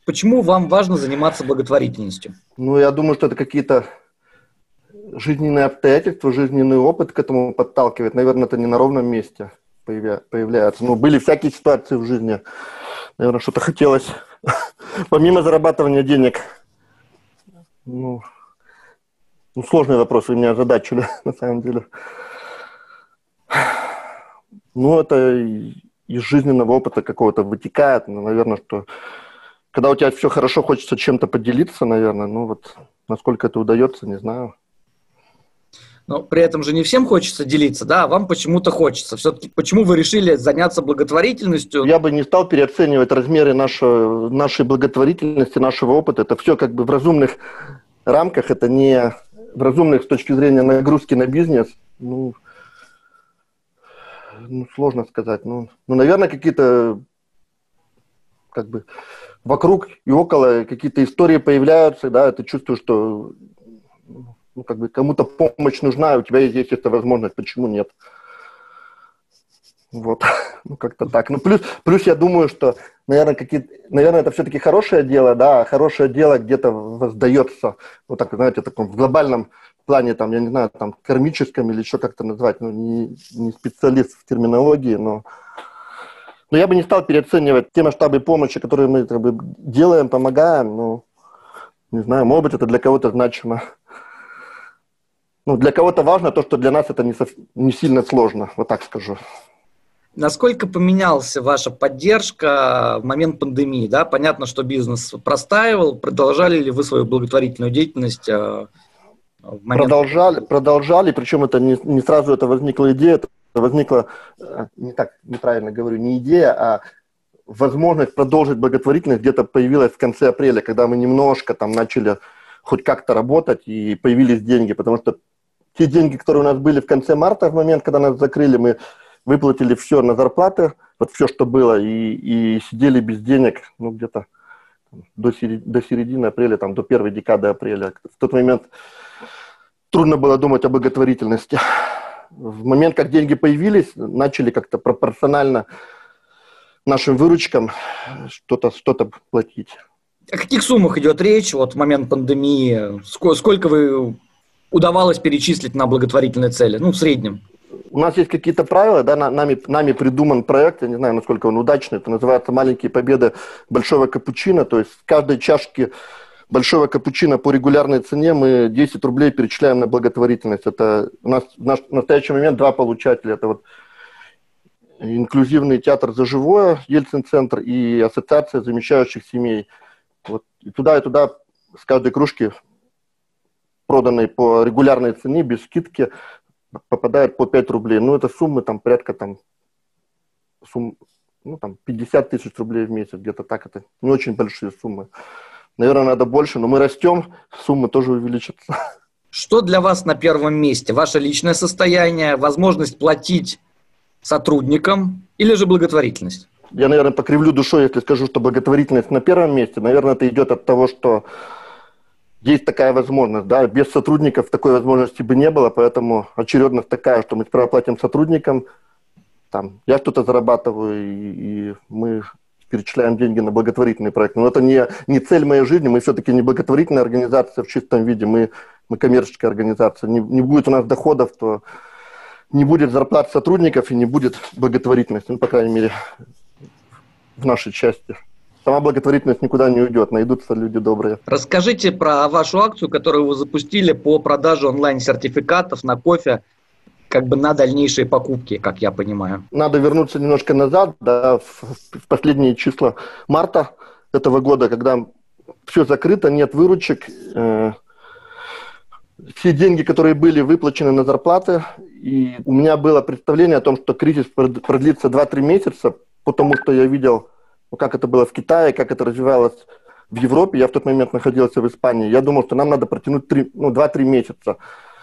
Почему вам важно заниматься благотворительностью? Ну, я думаю, что это какие-то жизненные обстоятельства, жизненный опыт к этому подталкивает. Наверное, это не на ровном месте появляется. Ну, были всякие ситуации в жизни. Наверное, что-то хотелось помимо зарабатывания денег. Ну, сложный вопрос, вы меня озадачили, на самом деле. Ну, это из жизненного опыта какого-то вытекает. Ну, наверное, что когда у тебя все хорошо, хочется чем-то поделиться, наверное. Ну, вот насколько это удается, не знаю. Но при этом же не всем хочется делиться, да, а вам почему-то хочется. Все-таки почему вы решили заняться благотворительностью? Я бы не стал переоценивать размеры нашей благотворительности, нашего опыта. Это все как бы в разумных рамках, это не в разумных с точки зрения нагрузки на бизнес. Ну сложно сказать. Ну, наверное, какие-то как бы вокруг и около какие-то истории появляются, да, ты чувствуешь, что как бы кому-то помощь нужна, и у тебя есть эта возможность, почему нет? Вот, как-то так. Ну, плюс я думаю, что, наверное, это все-таки хорошее дело, да, хорошее дело где-то воздается, вот так, знаете, таком в глобальном плане, там, я не знаю, там, кармическом или еще как-то назвать, ну, не специалист в терминологии, но я бы не стал переоценивать те масштабы помощи, которые мы как бы делаем, помогаем, ну, не знаю, может быть, это для кого-то значимо. Ну, для кого-то важно то, что для нас это не сильно сложно, вот так скажу. Насколько поменялась ваша поддержка в момент пандемии? Да? Понятно, что бизнес простаивал. Продолжали ли вы свою благотворительную деятельность в момент Продолжали, причем это не сразу это возникла идея, это возникла, неправильно говорю, не идея, а возможность продолжить благотворительность где-то появилась в конце апреля, когда мы немножко там начали хоть как-то работать и появились деньги, потому что те деньги, которые у нас были в конце марта, в момент, когда нас закрыли, мы выплатили все на зарплаты, вот все, что было, и сидели без денег, ну, где-то до середины апреля, там, до первой декады апреля. В тот момент трудно было думать о благотворительности. В момент, как деньги появились, начали как-то пропорционально нашим выручкам что-то платить. О каких суммах идет речь вот в момент пандемии? Сколько вы удавалось перечислить на благотворительные цели? Ну, в среднем. У нас есть какие-то правила, да, нами придуман проект, я не знаю, насколько он удачный, это называется «Маленькие победы большого капучино», то есть в каждой чашке большого капучино по регулярной цене мы 10 рублей перечисляем на благотворительность. Это у нас в настоящий момент 2 получателя, это вот инклюзивный театр «За живое», Ельцин-центр и Ассоциация замещающих семей. Вот, и туда с каждой кружки, проданной по регулярной цене, без скидки, попадает по 5 рублей. Ну, это суммы там порядка там 50 тысяч рублей в месяц, где-то так. Это не очень большие суммы. Наверное, надо больше, но мы растем, суммы тоже увеличатся. Что для вас на первом месте? Ваше личное состояние, возможность платить сотрудникам или же благотворительность? Я, наверное, покривлю душой, если скажу, что благотворительность на первом месте. Наверное, это идет от того, что есть такая возможность. Да? Без сотрудников такой возможности бы не было, поэтому очередность такая, что мы сперва платим сотрудникам, там, я что-то зарабатываю, и мы перечисляем деньги на благотворительный проект. Но это не цель моей жизни, мы все-таки не благотворительная организация в чистом виде, мы коммерческая организация. Не будет у нас доходов, то не будет зарплат сотрудников и не будет благотворительности, ну, по крайней мере, в нашей части. Сама благотворительность никуда не уйдет, найдутся люди добрые. Расскажите про вашу акцию, которую вы запустили по продаже онлайн-сертификатов на кофе, как бы на дальнейшие покупки, как я понимаю. Надо вернуться немножко назад, да, в последние числа марта этого года, когда все закрыто, нет выручек. Все деньги, которые были выплачены на зарплаты, и у меня было представление о том, что кризис продлится 2-3 месяца, потому что я видел, как это было в Китае, как это развивалось в Европе. Я в тот момент находился в Испании. Я думал, что нам надо протянуть 2-3 месяца.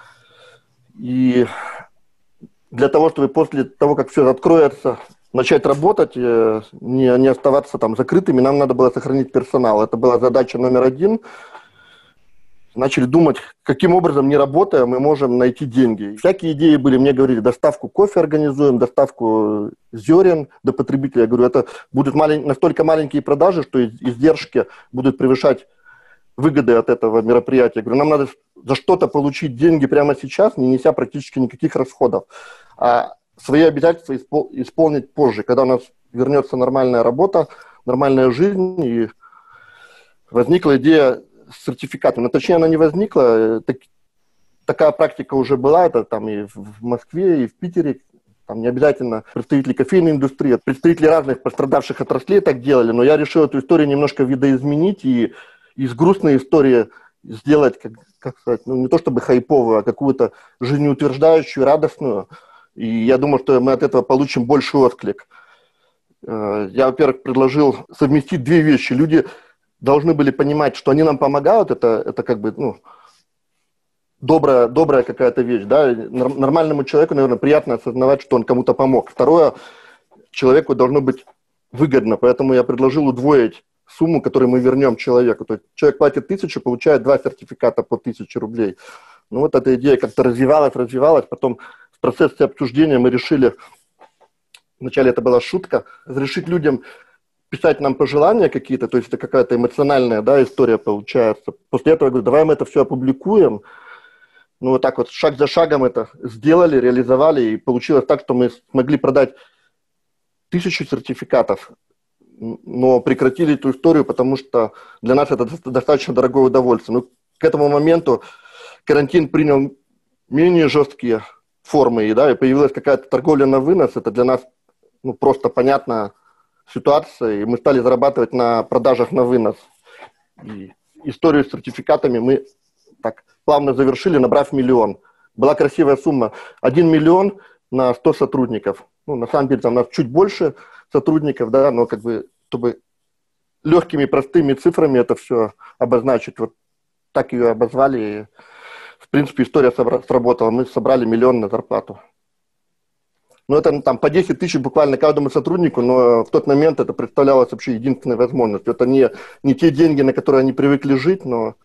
И для того, чтобы после того, как все откроется, начать работать, не оставаться там закрытыми, нам надо было сохранить персонал. Это была задача номер 1. начали думать, каким образом, не работая, мы можем найти деньги. Всякие идеи были, мне говорили, доставку кофе организуем, доставку зерен до потребителя. Я говорю, это будут настолько маленькие продажи, что издержки будут превышать выгоды от этого мероприятия. Я говорю, нам надо за что-то получить деньги прямо сейчас, не неся практически никаких расходов. А свои обязательства исполнить позже, когда у нас вернется нормальная работа, нормальная жизнь. И возникла идея с сертификатом. Но точнее, она не возникла. Такая практика уже была. Это там и в Москве, и в Питере. Там не обязательно представители кофейной индустрии, представители разных пострадавших отраслей так делали. Но я решил эту историю немножко видоизменить и из грустной истории сделать, как сказать, ну, не то чтобы хайповую, а какую-то жизнеутверждающую, радостную. И я думаю, что мы от этого получим больший отклик. Я, во-первых, предложил совместить две вещи. Люди должны были понимать, что они нам помогают. Это как бы, ну, добрая какая-то вещь. Да? Нормальному человеку, наверное, приятно осознавать, что он кому-то помог. Второе, человеку должно быть выгодно. Поэтому я предложил удвоить сумму, которую мы вернем человеку. То есть человек платит 1000, получает 2 сертификата по 1000 рублей. Ну вот эта идея как-то развивалась. Потом в процессе обсуждения мы решили, вначале это была шутка, разрешить людям писать нам пожелания какие-то, то есть это какая-то эмоциональная, да, история получается. После этого я говорю, давай мы это все опубликуем. Ну вот так вот шаг за шагом это сделали, реализовали, и получилось так, что мы смогли продать 1000 сертификатов, но прекратили эту историю, потому что для нас это достаточно дорогое удовольствие. Ну, к этому моменту карантин принял менее жесткие формы, и, да, и появилась какая-то торговля на вынос. Это для нас, ну, просто понятная ситуация, и мы стали зарабатывать на продажах на вынос. И историю с сертификатами мы так плавно завершили, набрав 1 миллион. Была красивая сумма. 1 миллион на 100 сотрудников. Ну, на самом деле, там у нас чуть больше сотрудников, да, но как бы, чтобы легкими, простыми цифрами это все обозначить, вот так ее обозвали, и, в принципе, история сработала. Мы собрали 1 миллион на зарплату. Ну, это там по 10 тысяч буквально каждому сотруднику, но в тот момент это представлялось вообще единственной возможностью. Это не те деньги, на которые они привыкли жить, но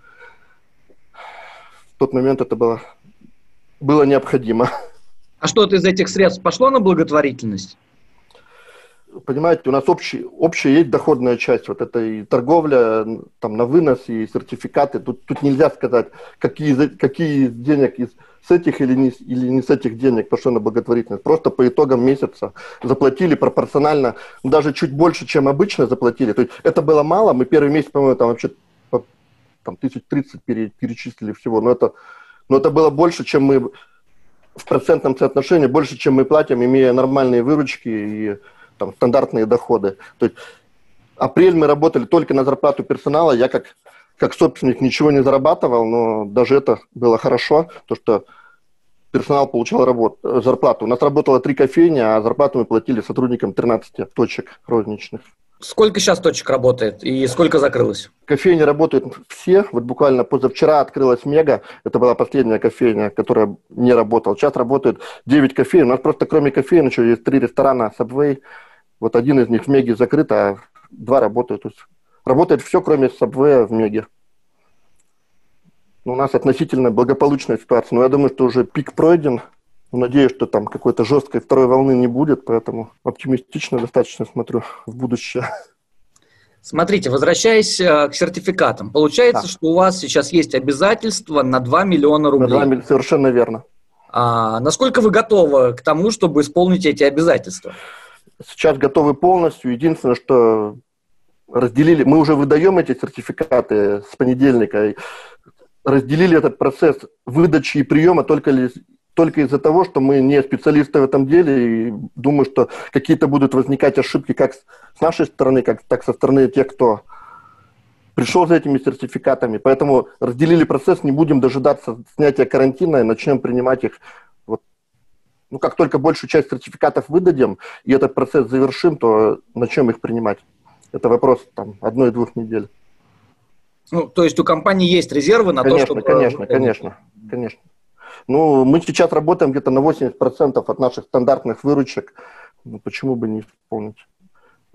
в тот момент это было необходимо. А что-то из этих средств пошло на благотворительность? Понимаете, у нас общая есть доходная часть. Вот это и торговля там, на вынос, и сертификаты. Тут нельзя сказать, какие денег с этих или не с этих денег пошло на благотворительность. Просто по итогам месяца заплатили пропорционально, даже чуть больше, чем обычно заплатили. То есть это было мало. Мы первый месяц, по-моему, там вообще там, 1030 перечислили всего. Но это было больше, чем мы в процентном соотношении, больше, чем мы платим, имея нормальные выручки и там, стандартные доходы. То есть апрель мы работали только на зарплату персонала. Я как собственник ничего не зарабатывал, но даже это было хорошо, то что персонал получал зарплату. У нас работало 3 кофейни, а зарплату мы платили сотрудникам 13 точек розничных. Сколько сейчас точек работает и сколько закрылось? Кофейни работают все. Вот буквально позавчера открылась Мега. Это была последняя кофейня, которая не работала. Сейчас работает 9 кофеин. У нас просто кроме кофеин еще есть 3 ресторана Subway. Вот один из них в Меге закрыт, а 2 работают. То есть работает все, кроме Subway в Меге. У нас относительно благополучная ситуация. Но я думаю, что уже пик пройден. Надеюсь, что там какой-то жесткой второй волны не будет, поэтому оптимистично достаточно смотрю в будущее. Смотрите, возвращаясь к сертификатам, получается, что у вас сейчас есть обязательства на 2 миллиона рублей. Совершенно верно. Насколько вы готовы к тому, чтобы исполнить эти обязательства? Сейчас готовы полностью. Единственное, что разделили, мы уже выдаем эти сертификаты с понедельника, разделили этот процесс выдачи и приема только из-за того, что мы не специалисты в этом деле, и думаю, что какие-то будут возникать ошибки как с нашей стороны, так со стороны тех, кто пришел за этими сертификатами. Поэтому разделили процесс, не будем дожидаться снятия карантина и начнем принимать их. Вот. Ну, как только большую часть сертификатов выдадим, и этот процесс завершим, то начнем их принимать. Это вопрос 1-2 недель. Ну, то есть у компании есть резервы на то, чтобы... Конечно. Ну, мы сейчас работаем где-то на 80% от наших стандартных выручек. Ну, почему бы не исполнить?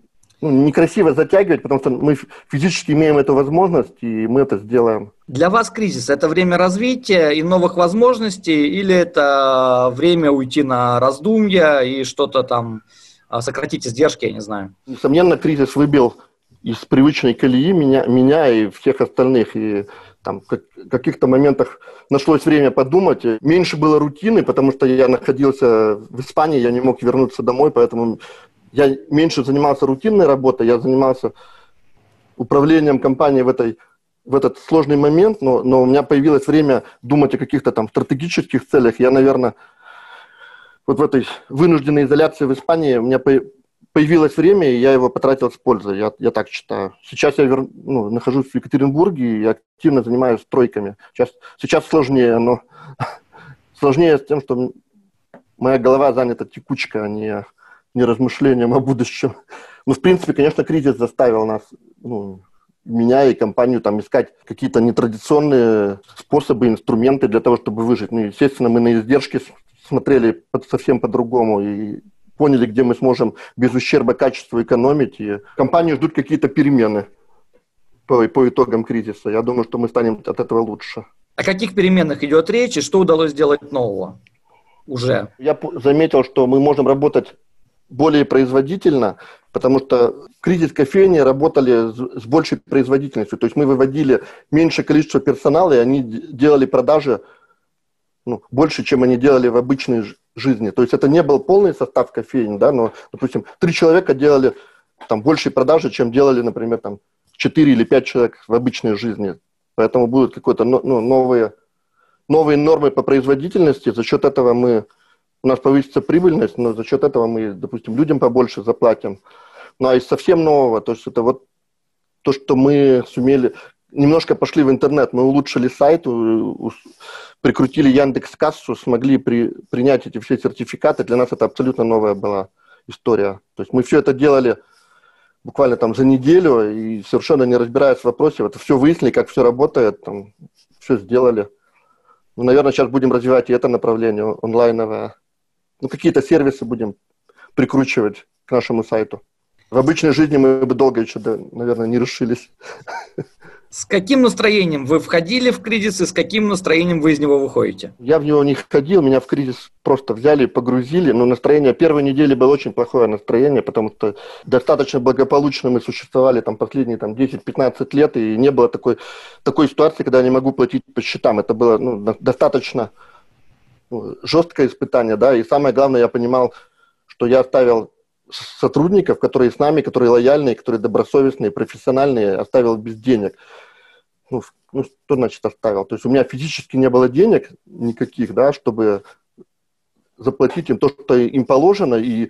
некрасиво затягивать, потому что мы физически имеем эту возможность, и мы это сделаем. Для вас кризис – это время развития и новых возможностей, или это время уйти на раздумья и что-то там сократить издержки, я не знаю? Несомненно, кризис выбил из привычной колеи меня и всех остальных. И там в каких-то моментах нашлось время подумать. Меньше было рутины, потому что я находился в Испании, я не мог вернуться домой, поэтому я меньше занимался рутинной работой, я занимался управлением компанией в этот сложный момент, но у меня появилось время думать о каких-то там стратегических целях. Я, наверное, вот в этой вынужденной изоляции в Испании у меня появилось время, и я его потратил с пользой, я так считаю. Сейчас я нахожусь в Екатеринбурге и активно занимаюсь стройками. Сейчас сложнее, но сложнее с тем, что моя голова занята текучкой, а не размышлением о будущем. В принципе, конечно, кризис заставил нас, меня и компанию, искать какие-то нетрадиционные способы, инструменты для того, чтобы выжить. Естественно, мы на издержки смотрели совсем по-другому и поняли, где мы сможем без ущерба качеству экономить. И компанию ждут какие-то перемены по итогам кризиса. Я думаю, что мы станем от этого лучше. О каких переменах идет речь и что удалось сделать нового уже? Я заметил, что мы можем работать более производительно, потому что в кризис кофейни работали с большей производительностью. То есть мы выводили меньшее количество персонала, и они делали продажи больше, чем они делали в обычной жизни. То есть это не был полный состав кофейни, да, но, допустим, 3 человека делали больше продажи, чем делали, например, 4 или 5 человек в обычной жизни. Поэтому будут какие-то новые нормы по производительности. За счет этого у нас повысится прибыльность, но за счет этого мы, допустим, людям побольше заплатим. Ну, а из совсем нового, то есть это вот то, что мы сумели, немножко пошли в интернет, мы улучшили сайт, прикрутили Яндекс.Кассу, смогли принять эти все сертификаты. Для нас это абсолютно новая была история. То есть мы все это делали буквально за неделю и совершенно не разбираясь в вопросе, это все выяснили, как все работает, все сделали. Наверное, сейчас будем развивать и это направление онлайновое. Какие-то сервисы будем прикручивать к нашему сайту. В обычной жизни мы бы долго еще, наверное, не решились. С каким настроением вы входили в кризис и с каким настроением вы из него выходите? Я в него не ходил, меня в кризис просто взяли и погрузили. Но настроение первой недели было очень плохое настроение, потому что достаточно благополучно мы существовали последние 10-15 лет, и не было такой ситуации, когда я не могу платить по счетам. Это было достаточно жесткое испытание, да, и самое главное, я понимал, что я оставил сотрудников, которые с нами, которые лояльные, которые добросовестные, профессиональные, оставил без денег. Что значит оставил? То есть у меня физически не было денег никаких, да, чтобы заплатить им то, что им положено, и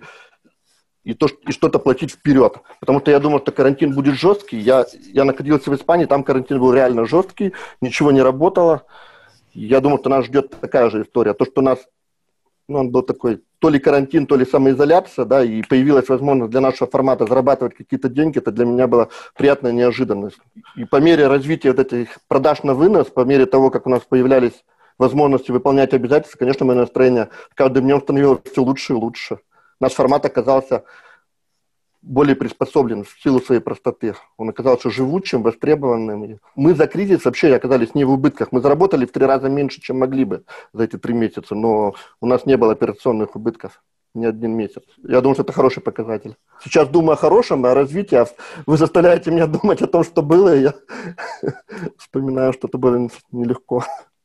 что-то платить вперед. Потому что я думал, что карантин будет жесткий. Я находился в Испании, там карантин был реально жесткий, ничего не работало. Я думал, что нас ждет такая же история. То, что нас, он был такой, то ли карантин, то ли самоизоляция, да, и появилась возможность для нашего формата зарабатывать какие-то деньги, это для меня была приятная неожиданность. И по мере развития этих продаж на вынос, по мере того, как у нас появлялись возможности выполнять обязательства, конечно, мое настроение каждым днем становилось все лучше и лучше. Наш формат оказался более приспособлен в силу своей простоты. Он оказался живучим, востребованным. Мы за кризис вообще оказались не в убытках. Мы заработали в 3 раза меньше, чем могли бы за эти 3 месяца, но у нас не было операционных убытков ни один месяц. Я думаю, что это хороший показатель. Сейчас думаю о хорошем, о развитии, а вы заставляете меня думать о том, что было, и я вспоминаю, что это было нелегко.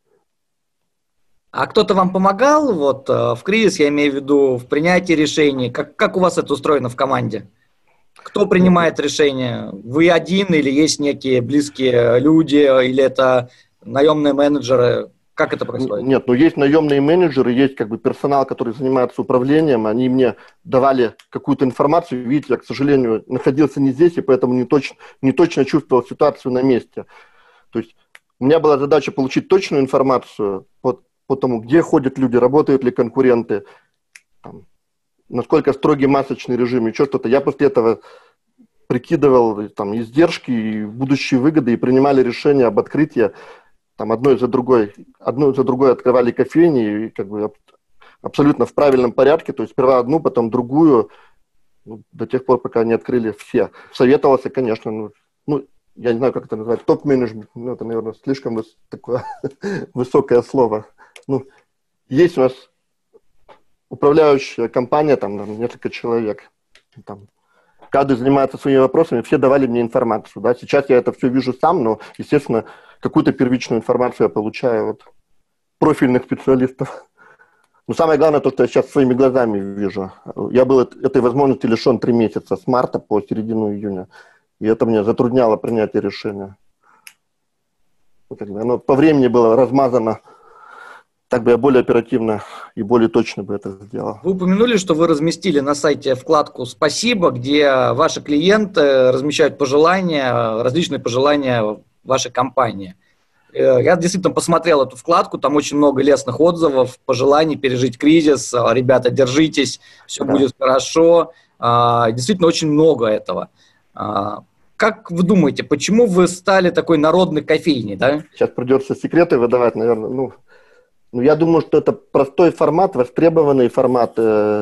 А кто-то вам помогал в кризис, я имею в виду, в принятии решений? Как у вас это устроено в команде? Кто принимает решения? Вы один или есть некие близкие люди, или это наемные менеджеры? Как это происходит? Нет, есть наемные менеджеры, есть персонал, который занимается управлением. Они мне давали какую-то информацию. Видите, я, к сожалению, находился не здесь, и поэтому не точно чувствовал ситуацию на месте. То есть у меня была задача получить точную информацию по тому, где ходят люди, работают ли конкуренты, насколько строгий масочный режим, еще что-то. Я после этого прикидывал издержки и будущие выгоды и принимали решение об открытии одной за другой открывали кофейни и абсолютно в правильном порядке, то есть сперва одну, потом другую. Ну, до тех пор, пока не открыли все. Советовался, конечно, ну, я не знаю, как это называть, топ-менеджмент, ну, это, наверное, слишком такое высокое слово. Ну, есть у нас управляющая компания, там несколько человек, там, каждый занимается своими вопросами, все давали мне информацию, да, сейчас я это все вижу сам, но, естественно, какую-то первичную информацию я получаю от профильных специалистов. Но самое главное, то, что я сейчас своими глазами вижу. Я был этой возможности лишен 3 месяца, с марта по середину июня. И это мне затрудняло принятие решения. Оно по времени было размазано. Так бы я более оперативно и более точно бы это сделал. Вы упомянули, что вы разместили на сайте вкладку «Спасибо», где ваши клиенты размещают пожелания, различные пожелания вашей компании. Я действительно посмотрел эту вкладку, там очень много лестных отзывов, пожеланий пережить кризис, ребята, держитесь, все будет хорошо. Действительно очень много этого. Как вы думаете, почему вы стали такой народной кофейней, да? Сейчас придется секреты выдавать, наверное. Ну, я думаю, что это простой формат, востребованный формат.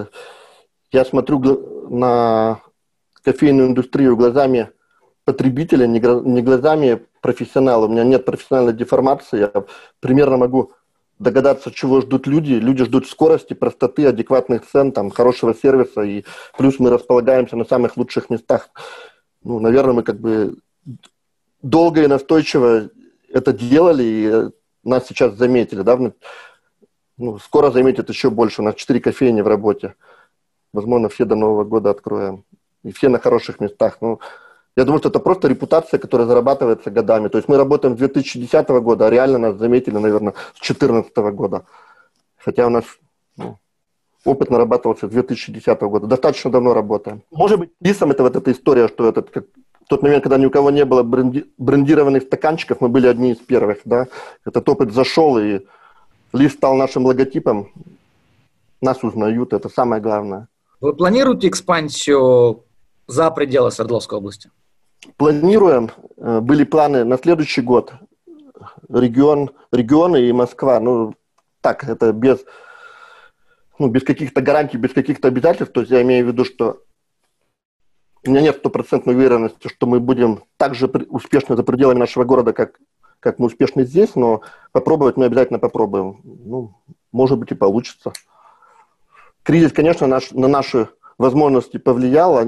Я смотрю на кофейную индустрию глазами потребителя, не глазами профессионала. У меня нет профессиональной деформации. Я примерно могу догадаться, чего ждут люди. Люди ждут скорости, простоты, адекватных цен, там, хорошего сервиса. И плюс мы располагаемся на самых лучших местах. Ну, наверное, мы как бы долго и настойчиво это делали, и нас сейчас заметили. Да? Ну, скоро заметят еще больше. У нас 4 кофейни в работе. Возможно, все до Нового года откроем. И все на хороших местах. Ну, я думаю, что это просто репутация, которая зарабатывается годами. То есть мы работаем с 2010 года, а реально нас заметили, наверное, с 2014 года. Хотя у нас опыт нарабатывался с 2010 года. Достаточно давно работаем. Может быть, лисом это вот эта история, что это в тот момент, когда ни у кого не было брендированных стаканчиков, мы были одни из первых. Да? Этот опыт зашел, и лис стал нашим логотипом. Нас узнают, это самое главное. Вы планируете экспансию за пределы Свердловской области? Планируем. Были планы на следующий год. Регионы и Москва. Ну, так, это без каких-то гарантий, без каких-то обязательств. То есть я имею в виду, что у меня нет стопроцентной уверенности, что мы будем так же успешны за пределами нашего города, как мы успешны здесь, но попробовать мы обязательно попробуем. Ну, может быть, и получится. Кризис, конечно, на наши возможности повлиял.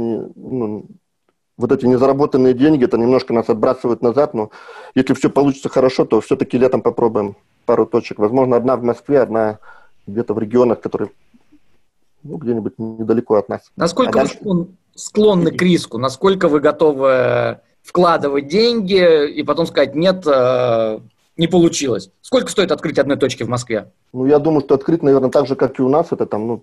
Вот эти незаработанные деньги, это немножко нас отбрасывают назад, но если все получится хорошо, то все-таки летом попробуем пару точек. Возможно, одна в Москве, одна где-то в регионах, которые где-нибудь недалеко от нас. Насколько вы склонны к риску? Насколько вы готовы вкладывать деньги и потом сказать, нет, не получилось? Сколько стоит открыть одной точки в Москве? Ну, я думаю, что открыть, наверное, так же, как и у нас, это там,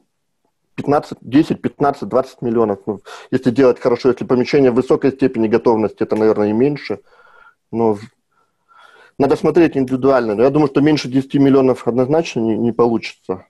10, 15, 20 миллионов. Ну, если делать хорошо, если помещение в высокой степени готовности, это, наверное, и меньше. Но надо смотреть индивидуально. Но я думаю, что меньше 10 миллионов однозначно не получится.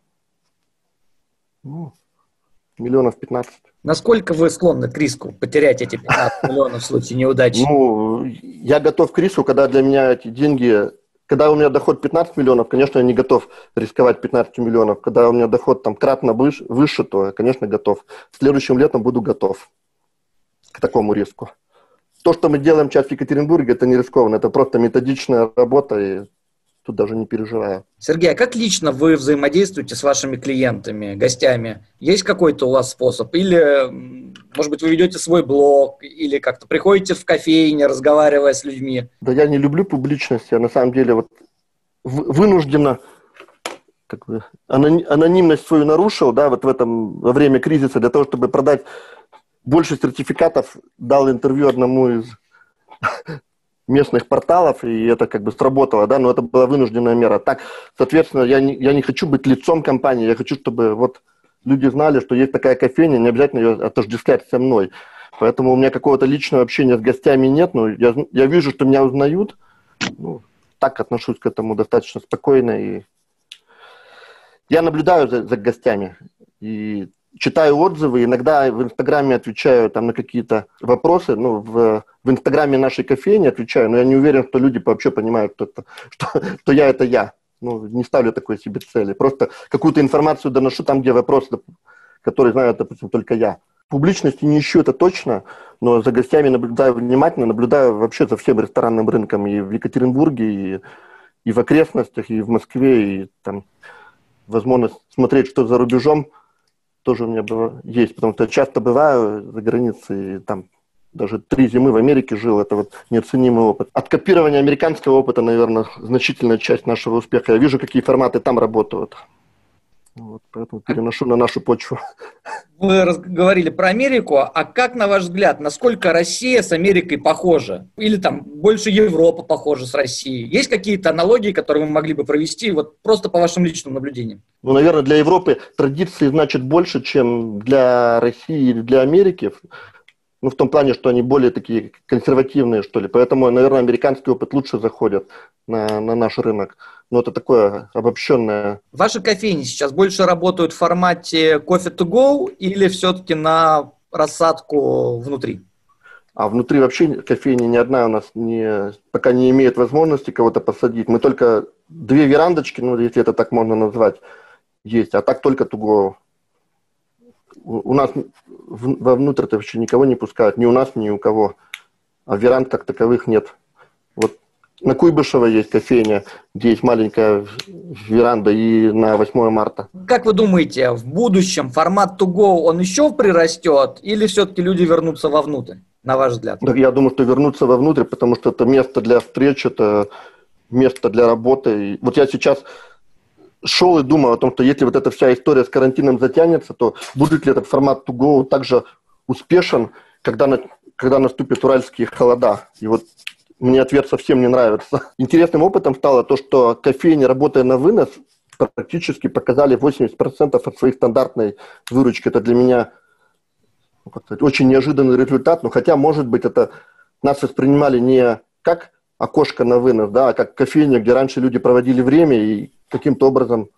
Миллионов 15. Насколько вы склонны к риску потерять эти 15 миллионов в случае неудачи? Я готов к риску, когда для меня эти деньги... Когда у меня доход 15 миллионов, конечно, я не готов рисковать 15 миллионов. Когда у меня доход там кратно выше, то я, конечно, готов. Следующим летом буду готов к такому риску. То, что мы делаем сейчас в Екатеринбурге, это не рискованно. Это просто методичная работа, и тут даже не переживаю. Сергей, а как лично вы взаимодействуете с вашими клиентами, гостями? Есть какой-то у вас способ? Или, может быть, вы ведете свой блог, или как-то приходите в кофейни, разговаривая с людьми? Да я не люблю публичность. Я на самом деле вынужденно анонимность свою нарушил, да, во время кризиса, для того, чтобы продать больше сертификатов, дал интервью одному из местных порталов, и это сработало, да, но это была вынужденная мера. Так, соответственно, я не хочу быть лицом компании, я хочу, чтобы люди знали, что есть такая кофейня, не обязательно ее отождествлять со мной. Поэтому у меня какого-то личного общения с гостями нет, но я вижу, что меня узнают, так отношусь к этому достаточно спокойно, и я наблюдаю за гостями, и читаю отзывы, иногда в Инстаграме отвечаю на какие-то вопросы, в Инстаграме нашей кофейни отвечаю, но я не уверен, что люди вообще понимают, что я – это я. Не ставлю такой себе цели. Просто какую-то информацию доношу там, где вопрос, который знаю, допустим, только я. Публичности не ищу, это точно, но за гостями наблюдаю внимательно, наблюдаю вообще за всем ресторанным рынком и в Екатеринбурге, и в окрестностях, и в Москве, и там возможность смотреть, что за рубежом, тоже у меня есть, потому что я часто бываю за границей, и там даже 3 зимы в Америке жил, это вот неоценимый опыт. От копирования американского опыта, наверное, значительная часть нашего успеха. Я вижу, какие форматы там работают. Вот, поэтому переношу на нашу почву. Вы говорили про Америку, а как, на ваш взгляд, насколько Россия с Америкой похожа? Или там больше Европа похожа с Россией? Есть какие-то аналогии, которые вы могли бы провести, вот просто по вашим личным наблюдениям? Ну, наверное, для Европы традиции значит больше, чем для России или для Америки. Ну, в том плане, что они более такие консервативные, что ли. Поэтому, наверное, американский опыт лучше заходит на наш рынок. Но это такое обобщенное. Ваши кофейни сейчас больше работают в формате coffee to go или все-таки на рассадку внутри? А внутри вообще кофейни ни одна у нас пока не имеет возможности кого-то посадить. Мы только 2 верандочки, ну, если это так можно назвать, есть. А так только to go. У нас вовнутрь вообще никого не пускают, ни у нас, ни у кого. А веранд как таковых нет. Вот на Куйбышево есть кофейня, где есть маленькая веранда, и на 8 марта. Как вы думаете, в будущем формат to go, он еще прирастет, или все-таки люди вернутся вовнутрь, на ваш взгляд? Я думаю, что вернуться вовнутрь, потому что это место для встреч, это место для работы. И вот я сейчас шел и думал о том, что если вот эта вся история с карантином затянется, то будет ли этот формат to go также успешен, когда наступят уральские холода. И вот мне ответ совсем не нравится. Интересным опытом стало то, что кофейни, работая на вынос, практически показали 80% от своей стандартной выручки. Это для меня, ну, как сказать, очень неожиданный результат. Но хотя, может быть, это нас воспринимали не как окошко на вынос, да, а как кофейня, где раньше люди проводили время и каким-то образом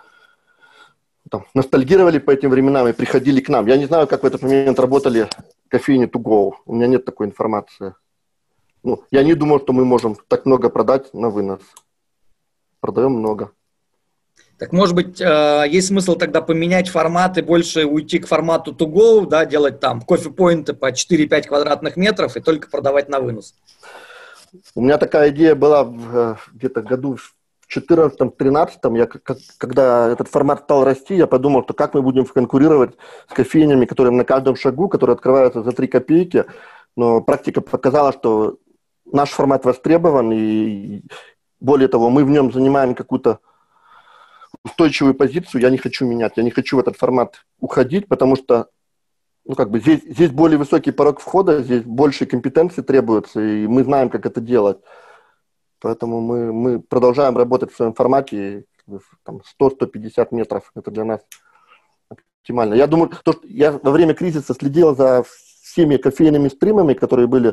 там, ностальгировали по этим временам и приходили к нам. Я не знаю, как в этот момент работали кофейни to go. У меня нет такой информации. Ну, я не думал, что мы можем так много продать на вынос. Продаем много. Так, может быть, есть смысл тогда поменять формат и больше уйти к формату to go, да, делать там кофе-поинты по 4-5 квадратных метров и только продавать на вынос? У меня такая идея была где-то году в 2014-2013, когда этот формат стал расти, я подумал, что как мы будем конкурировать с кофейнями, которые на каждом шагу, которые открываются за 3 копейки. Но практика показала, что наш формат востребован, и более того, мы в нем занимаем какую-то устойчивую позицию. Я не хочу менять, я не хочу в этот формат уходить, потому что здесь более высокий порог входа, здесь больше компетенций требуется, и мы знаем, как это делать. Поэтому мы продолжаем работать в своем формате, 100-150 метров. Это для нас оптимально. Я думаю, что я во время кризиса следил за всеми кофейными стримами, которые были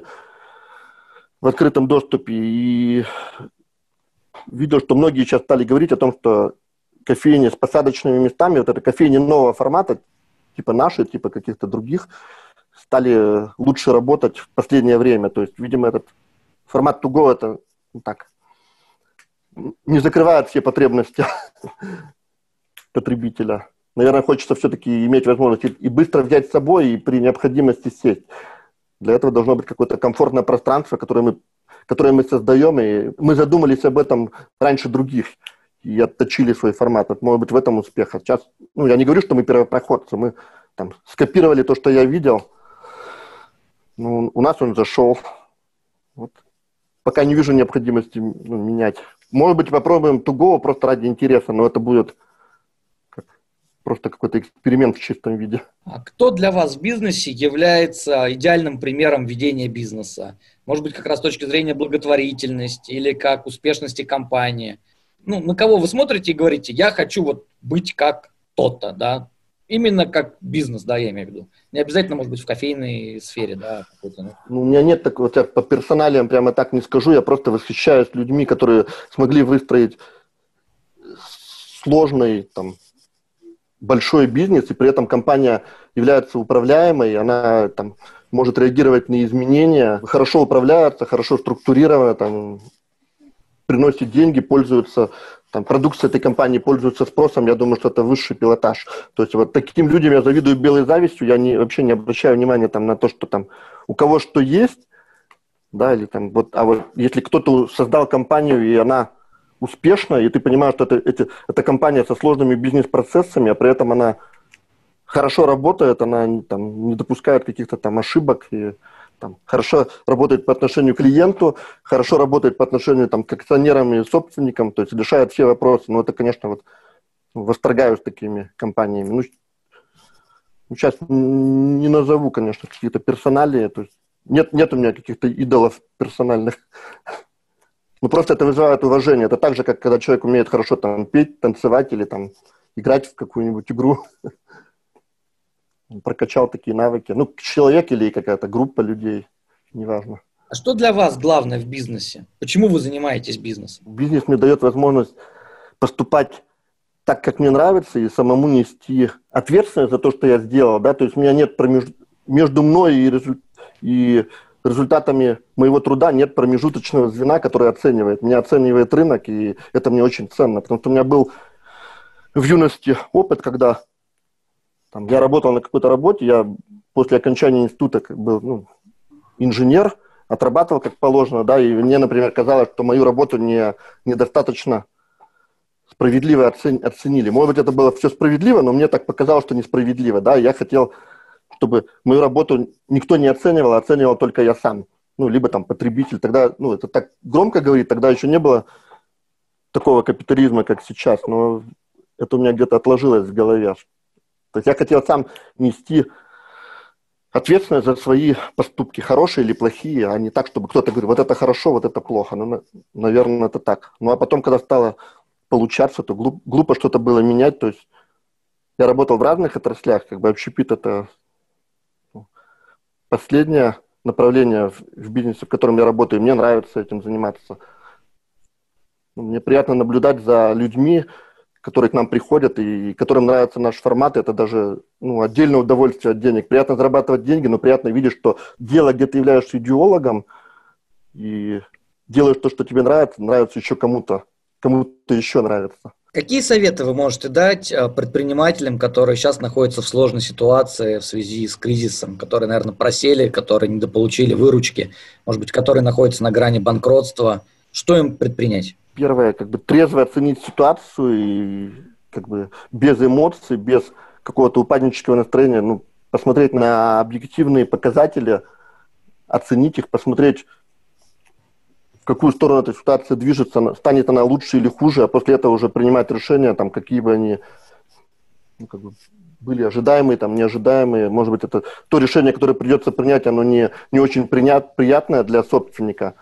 в открытом доступе, и видел, что многие сейчас стали говорить о том, что кофейни с посадочными местами, вот это кофейни нового формата, типа наши, типа каких-то других, стали лучше работать в последнее время. То есть, видимо, этот формат to go это так не закрывает все потребности потребителя. Наверное, хочется все-таки иметь возможность и быстро взять с собой, и при необходимости сесть. Для этого должно быть какое-то комфортное пространство, которое мы создаем, и мы задумались об этом раньше других и отточили свой формат. Это может быть в этом успех. Сейчас, я не говорю, что мы первопроходцы, мы там скопировали то, что я видел. У нас он зашел. Вот. Пока не вижу необходимости менять. Может быть, попробуем to go просто ради интереса, но это будет просто какой-то эксперимент в чистом виде. А кто для вас в бизнесе является идеальным примером ведения бизнеса? Может быть, как раз с точки зрения благотворительности или как успешности компании? На кого вы смотрите и говорите, я хочу быть как тот-то, да? Именно как бизнес, да, я имею в виду. Не обязательно, может быть, в кофейной сфере, да. У меня нет такого, я по персоналиям прямо так не скажу, я просто восхищаюсь людьми, которые смогли выстроить сложный, большой бизнес, и при этом компания является управляемой, она может реагировать на изменения, хорошо управляется, хорошо структурирована, приносит деньги, пользуется там, продукция этой компании пользуется спросом, я думаю, что это высший пилотаж. То есть вот таким людям я завидую белой завистью, я вообще не обращаю внимания там, на то, что там у кого что есть, да, или там, вот, а вот если кто-то создал компанию, и она успешна, и ты понимаешь, что это компания со сложными бизнес-процессами, а при этом она хорошо работает, она там, не допускает каких-то там ошибок, и там, хорошо работает по отношению к клиенту, хорошо работает по отношению там, к акционерам и собственникам, то есть решает все вопросы. Ну, это, конечно, вот восторгаюсь такими компаниями. Ну, сейчас не назову, конечно, какие-то персоналии, то есть нет у меня каких-то идолов персональных. Ну, просто это вызывает уважение. Это так же, как когда человек умеет хорошо там петь, танцевать или там играть в какую-нибудь игру. Прокачал такие навыки. Ну, человек или какая-то группа людей, неважно. А что для вас главное в бизнесе? Почему вы занимаетесь бизнесом? Бизнес мне дает возможность поступать так, как мне нравится, и самому нести ответственность за то, что я сделал. Да? То есть у меня нет между мной и результатами моего труда нет промежуточного звена, который оценивает. Меня оценивает рынок, и это мне очень ценно. Потому что у меня был в юности опыт, когда там, я работал на какой-то работе, я после окончания института был инженер, отрабатывал как положено, да, и мне, например, казалось, что мою работу недостаточно справедливо оценили. Может быть, это было все справедливо, но мне так показалось, что несправедливо, да, я хотел, чтобы мою работу никто не оценивал, а оценивал только я сам, ну, либо там потребитель. Тогда, ну, это так громко говорить, тогда еще не было такого капитализма, как сейчас, но это у меня где-то отложилось в голове. То есть я хотел сам нести ответственность за свои поступки, хорошие или плохие, а не так, чтобы кто-то говорил, вот это хорошо, вот это плохо. Ну, наверное, это так. Ну, а потом, когда стало получаться, то глупо что-то было менять. То есть я работал в разных отраслях, как бы общепит – это последнее направление в бизнесе, в котором я работаю, и мне нравится этим заниматься. Мне приятно наблюдать за людьми, которые к нам приходят и которым нравится наш формат, это даже отдельное удовольствие от денег. Приятно зарабатывать деньги, но приятно видеть, что дело, где ты являешься идеологом и делаешь то, что тебе нравится еще кому-то еще нравится. Какие советы вы можете дать предпринимателям, которые сейчас находятся в сложной ситуации в связи с кризисом, которые, наверное, просели, которые недополучили выручки, может быть, которые находятся на грани банкротства? Что им предпринять? Первое, трезво оценить ситуацию и без эмоций, без какого-то упаднического настроения, посмотреть на объективные показатели, оценить их, посмотреть, в какую сторону эта ситуация движется, станет она лучше или хуже, а после этого уже принимать решения, там, какие бы они были ожидаемые, там, неожидаемые. Может быть, это то решение, которое придется принять, оно не очень приятное для собственника.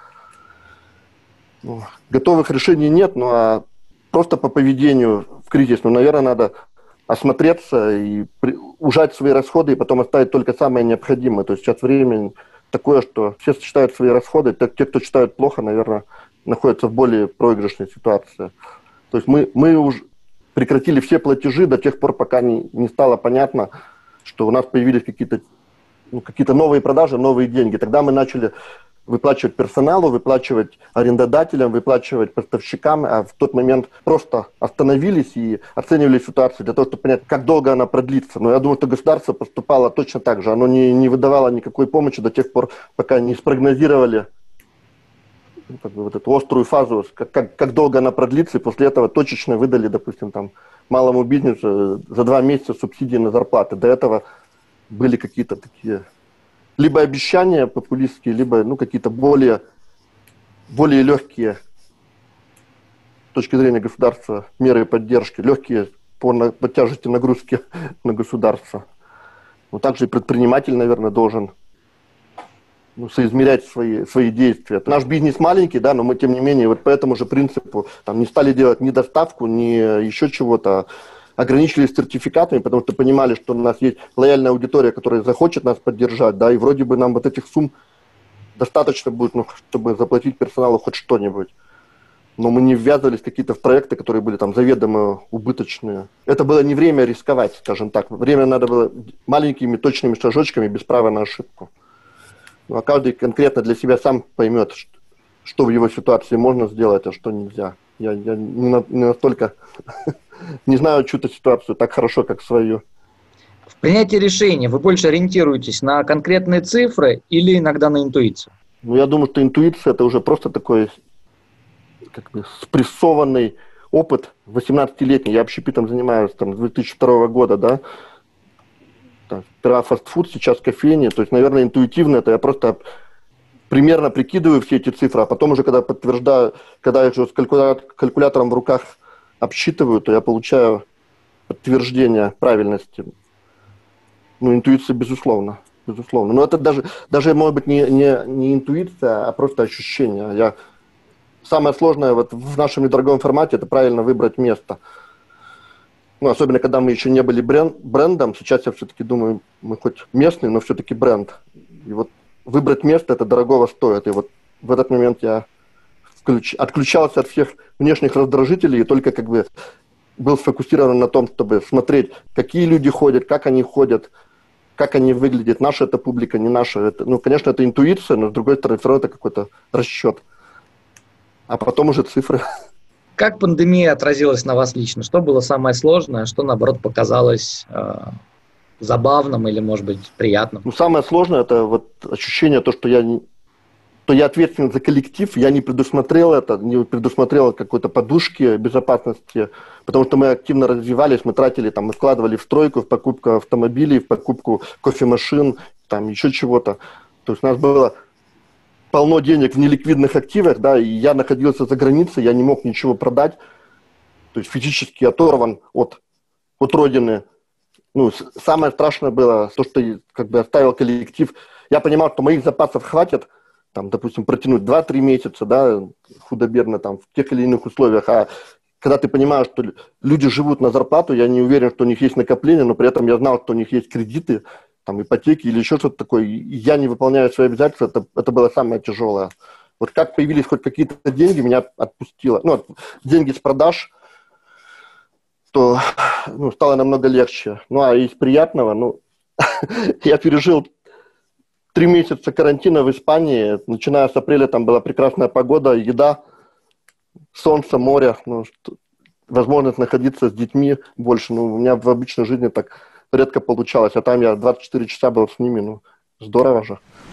Готовых решений нет, а просто по поведению в кризис, наверное, надо осмотреться и ужать свои расходы и потом оставить только самое необходимое. То есть сейчас время такое, что все считают свои расходы, те, кто считают плохо, наверное, находятся в более проигрышной ситуации. То есть мы уже прекратили все платежи до тех пор, пока не стало понятно, что у нас появились какие-то новые продажи, новые деньги. Тогда мы начали выплачивать персоналу, выплачивать арендодателям, выплачивать поставщикам, а в тот момент просто остановились и оценивали ситуацию для того, чтобы понять, как долго она продлится. Но я думаю, что государство поступало точно так же. Оно не выдавало никакой помощи до тех пор, пока не спрогнозировали вот эту острую фазу, как долго она продлится, и после этого точечно выдали, допустим, там, малому бизнесу за 2 месяца субсидии на зарплаты. До этого были какие-то такие либо обещания популистские, либо какие-то более легкие с точки зрения государства меры поддержки, легкие по тяжести нагрузки на государство. Также и предприниматель, наверное, должен соизмерять свои действия. Наш бизнес маленький, да, но мы, тем не менее, вот по этому же принципу не стали делать ни доставку, ни еще чего-то, ограничились сертификатами, потому что понимали, что у нас есть лояльная аудитория, которая захочет нас поддержать, да, и вроде бы нам вот этих сумм достаточно будет, чтобы заплатить персоналу хоть что-нибудь. Но мы не ввязывались какие-то в проекты, которые были там заведомо убыточные. Это было не время рисковать, скажем так. Время надо было маленькими точными шажочками, без права на ошибку. А каждый конкретно для себя сам поймет, что в его ситуации можно сделать, а что нельзя. Я не настолько не знаю чью-то ситуацию так хорошо, как свою. В принятии решения вы больше ориентируетесь на конкретные цифры или иногда на интуицию? Ну, я думаю, что интуиция – это уже просто такой как бы спрессованный опыт 18-летний. Я общепитом занимаюсь там, с 2002 года, да. Сперва фастфуд, сейчас кофейни. То есть, наверное, интуитивно это я просто примерно прикидываю все эти цифры, а потом уже, когда подтверждаю, когда я уже с калькулятором в руках обсчитываю, то я получаю подтверждение правильности. Ну, интуиция, безусловно. Безусловно. Но это даже может быть, не интуиция, а просто ощущение. Самое сложное вот в нашем недорогом формате – это правильно выбрать место. Ну, особенно, когда мы еще не были брендом. Сейчас я все-таки думаю, мы хоть местный, но все-таки бренд. И вот выбрать место – это дорогого стоит. И вот в этот момент я отключался от всех внешних раздражителей и только как бы был сфокусирован на том, чтобы смотреть, какие люди ходят, как они выглядят, наша это публика, не наша. Это, ну, конечно, это интуиция, но с другой стороны, все равно это какой-то расчет. А потом уже цифры. Как пандемия отразилась на вас лично? Что было самое сложное, что, наоборот, показалось забавным или, может быть, приятным? Ну, самое сложное – это вот ощущение, что я ответственен за коллектив, я не предусмотрел это, не предусмотрел какой-то подушки безопасности, потому что мы активно развивались, мы тратили, там, мы вкладывали в стройку, в покупку автомобилей, в покупку кофемашин, там, еще чего-то. То есть у нас было полно денег в неликвидных активах, да, и я находился за границей, я не мог ничего продать, то есть физически оторван от родины. Ну, самое страшное было то, что как бы оставил коллектив. Я понимал, что моих запасов хватит, там, допустим, протянуть 2-3 месяца, да, худо-бедно там в тех или иных условиях, а когда ты понимаешь, что люди живут на зарплату, я не уверен, что у них есть накопления, но при этом я знал, что у них есть кредиты, там, ипотеки или еще что-то такое, и я не выполняю свои обязательства, это было самое тяжелое. Вот как появились хоть какие-то деньги, меня отпустило. Ну, деньги с продаж, то стало намного легче. Ну, а из приятного, я пережил 3 месяца карантина в Испании. Начиная с апреля там была прекрасная погода, еда, солнце, море, возможность находиться с детьми больше. У меня в обычной жизни так редко получалось, а там я 24 часа был с ними, здорово же.